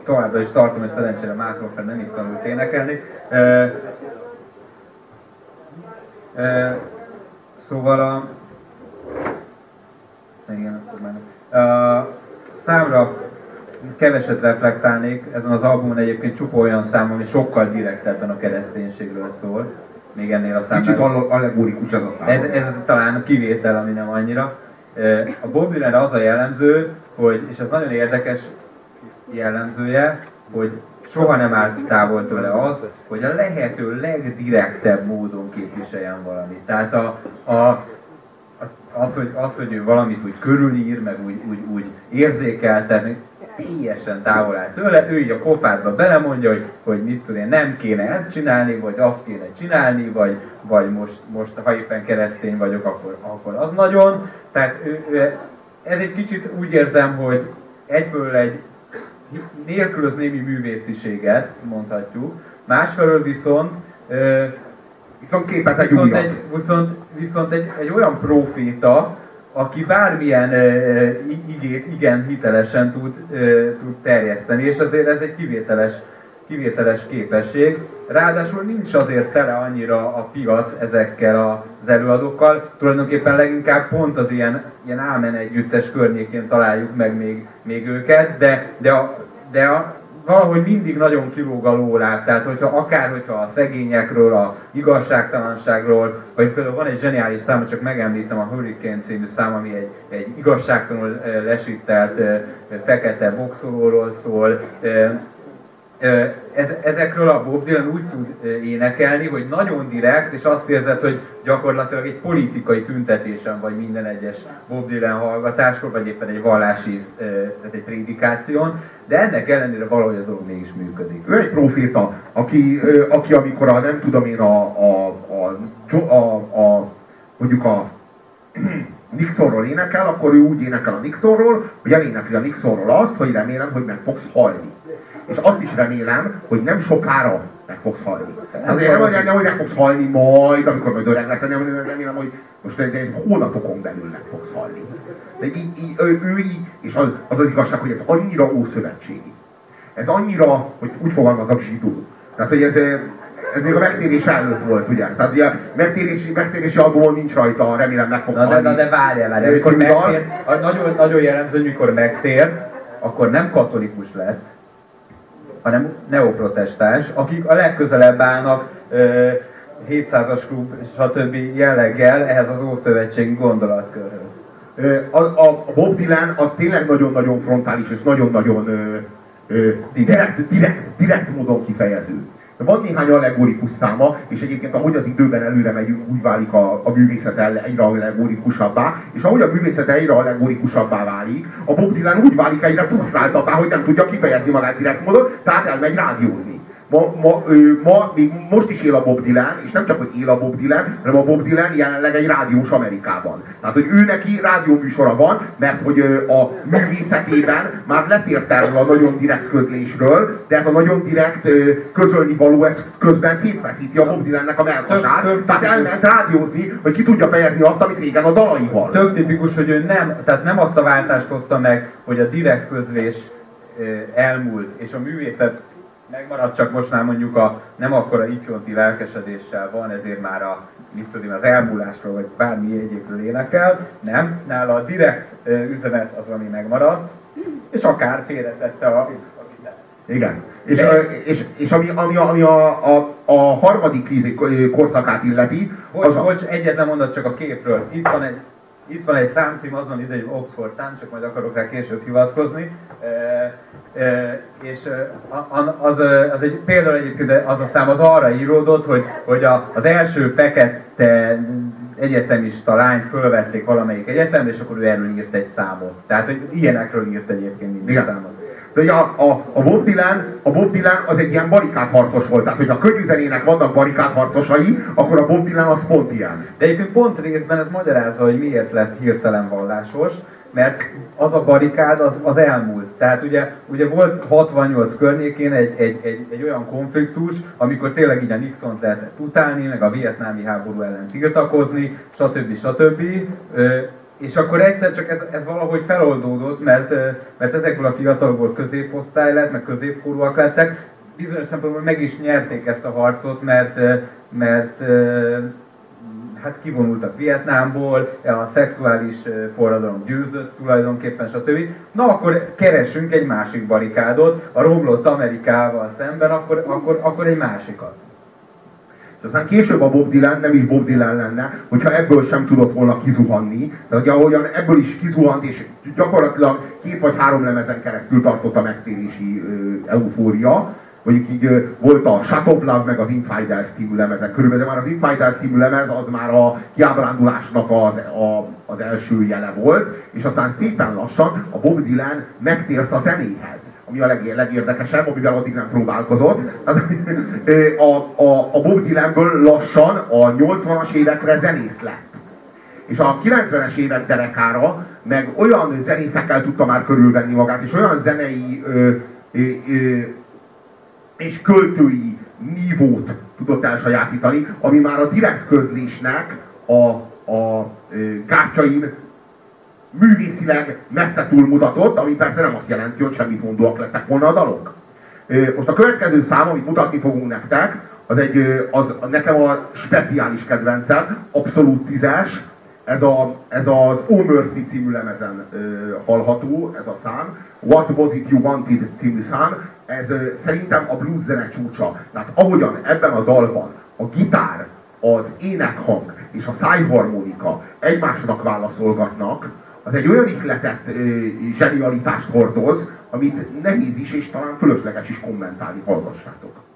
továbbra is tartom, hogy szerencsére Mark Knopfler nem itt tanult énekelni. Szóval igen, akkor már számra keveset reflektálnék, ezen az albumon egyébként csupa olyan szám, ami sokkal direktebben a kereszténységről szól, még ennél a számnál. Kicsit allegorikus ez a szám. Ez talán a kivétel, ami nem annyira. A Bob Dylanre az a jellemző, hogy, és ez nagyon érdekes jellemzője, hogy soha nem állt távol tőle az, hogy a lehető legdirektebb módon képviseljen valamit. Tehát az, hogy ő valamit úgy körülír, meg úgy érzékeltetni, teljesen távol áll tőle, ő így a pofádba belemondja, hogy mit tudom én, nem kéne ezt csinálni, vagy azt kéne csinálni, vagy most ha éppen keresztény vagyok, akkor az nagyon. Tehát ez egy kicsit úgy érzem, hogy egyfelől egy nélkülöz némi művésziséget, mondhatjuk, másfelől viszont képez egy viszont egy olyan proféta, aki bármilyen igét igen hitelesen tud terjeszteni, és azért ez egy kivételes képesség. Ráadásul nincs azért tele annyira a piac ezekkel az előadókkal, tulajdonképpen leginkább pont az ilyen Ámen együttes környékén találjuk meg még őket, de valahogy mindig nagyon kilóg a lóláb, tehát hogyha a szegényekről, a igazságtalanságról, vagy például van egy zseniális szám, csak megemlítem, a Hurricane című szám, ami egy igazságtalanul lesíttelt fekete boxolóról szól. Ezekről a Bob Dylan úgy tud énekelni, hogy nagyon direkt, és azt érzed, hogy gyakorlatilag egy politikai tüntetésen vagy minden egyes Bob Dylan hallgatáskor, vagy éppen egy vallási, tehát egy prédikáción, de ennek ellenére valahogy a dolog mégis működik. Ő egy proféta, aki amikor nem tudom én mondjuk a Nixonról énekel, akkor ő úgy énekel a Nixonról, hogy elénekli a Nixonról azt, hogy remélem, hogy meg fogsz halni. És azt is remélem, hogy nem sokára meg fogsz halni. Azért nem mondja, hogy meg fogsz halni majd, amikor majd öreg lesz, remélem, hogy most egy hónapokon belül meg fogsz halni. De ő így, és az igazság, hogy ez annyira ószövetségi. Ez annyira, hogy úgy fogalmazok, zsidó. Tehát, hogy ez még a megtérés előtt volt, ugye? Tehát ugye megtérési albumon nincs rajta, remélem meg fogsz halni. De várjál. Amikor megtér, nagyon jellemző, hogy mikor megtér, akkor nem katolikus lett, hanem neoprotestáns, akik a legközelebb állnak 700-as klub, stb. Jelleggel ehhez az ószövetségi gondolatkörhöz. A Bob Dylan az tényleg nagyon-nagyon frontális és nagyon-nagyon direkt módon kifejező. Van néhány allegorikus száma, és egyébként ahogy az időben előre megyünk, úgy válik a művészet egyre allegorikusabbá, és ahogy a művészet egyre allegorikusabbá válik, a Bob Dylan úgy válik egyre frusztráltabbá, hogy nem tudja kifejezni magát direkt módon, tehát elmegy rádiózni. Még most is él a Bob Dylan, és nem csak, hogy él a Bob Dylan, hanem a Bob Dylan jelenleg egy rádiós Amerikában. Tehát, hogy ő neki rádióműsora van, mert hogy a művészetében már letért erről a nagyon direkt közlésről, de ez a nagyon direkt közölni való, ez közben szétfeszíti a Bob Dylannek a melkasát. Tehát elment rádiózni, hogy ki tudja fejezni azt, amit régen a dalaival. Tök tipikus, hogy ő nem azt a váltást hozta meg, hogy a direkt közlés elmúlt, és a művészet megmaradt, csak most már mondjuk nem akkora ifjonti lelkesedéssel van, ezért már az elmúlásról, vagy bármi egyébről énekel. Nem, nála a direkt üzenet az, ami megmaradt, és akár félretette a igen. És ami a harmadik korszakát illeti... Bocs, egyetlen mondat csak a képről. Itt van egy számcím, az van ide, hogy Oxford Time, csak majd akarok rá később hivatkozni. És az egy például egyébként az a szám az arra íródott, hogy az első fekete egyetemista lányt fölvették valamelyik egyetemre, és akkor ő erről írt egy számot. Tehát, hogy ilyenekről írt egyébként minden számot. De ugye a Bob Dylan az egy ilyen barikádharcos volt, tehát hogy a könnyűzenének vannak barikádharcosai, akkor a Bob Dylan az pont ilyen. De egyébként pont részben ez magyarázza, hogy miért lett hirtelen vallásos, mert az a barikád az elmúlt. Tehát ugye volt 68 környékén egy olyan konfliktus, amikor tényleg így a Nixont lehetett utálni, meg a vietnámi háború ellen tiltakozni, stb. És akkor egyszer csak ez valahogy feloldódott, mert ezekből a fiatalokból középosztály lett, meg középkorúak lettek. Bizonyos szempontból meg is nyerték ezt a harcot, mert hát kivonultak Vietnámból, a szexuális forradalom győzött tulajdonképpen, stb. Na akkor keressünk egy másik barikádot, a romlott Amerikával szemben, akkor egy másikat. És aztán később a Bob Dylan nem is Bob Dylan lenne, hogyha ebből sem tudott volna kizuhanni. Tehát ugye ahogyan ebből is kizuhant, és gyakorlatilag 2 vagy 3 lemezen keresztül tartott a megtérési eufória. Mondjuk így volt a Shut of Love meg az Infidels című lemezek. Körülbelül már az Infidels című lemez az már a kiábrándulásnak az első jele volt, és aztán szépen lassan a Bob Dylan megtért a zenéhez, ami a legérdekesebb, amivel addig nem próbálkozott. A Bob Dylanből lassan a 80-as évekre zenész lett. És a 90-es évek derekára meg olyan zenészekkel tudta már körülvenni magát, és olyan zenei és költői nívót tudott elsajátítani, ami már a direkt közlésnek a gátjain művészileg messze túlmutatott, ami persze nem azt jelenti, hogy semmit mondóak lettek volna a dalok. Most a következő szám, amit mutatni fogunk nektek, az nekem a speciális kedvencem, abszolút 10-es, ez az Oh Mercy című lemezen hallható, ez a szám. What Was It You Wanted című szám, ez szerintem a blues zene csúcsa. Tehát ahogyan ebben a dalban a gitár, az énekhang és a szájharmonika egymásnak válaszolgatnak, az egy olyan ihletet, zsenialitást hordoz, amit nehéz is és talán fölösleges is kommentálni, hallgassátok.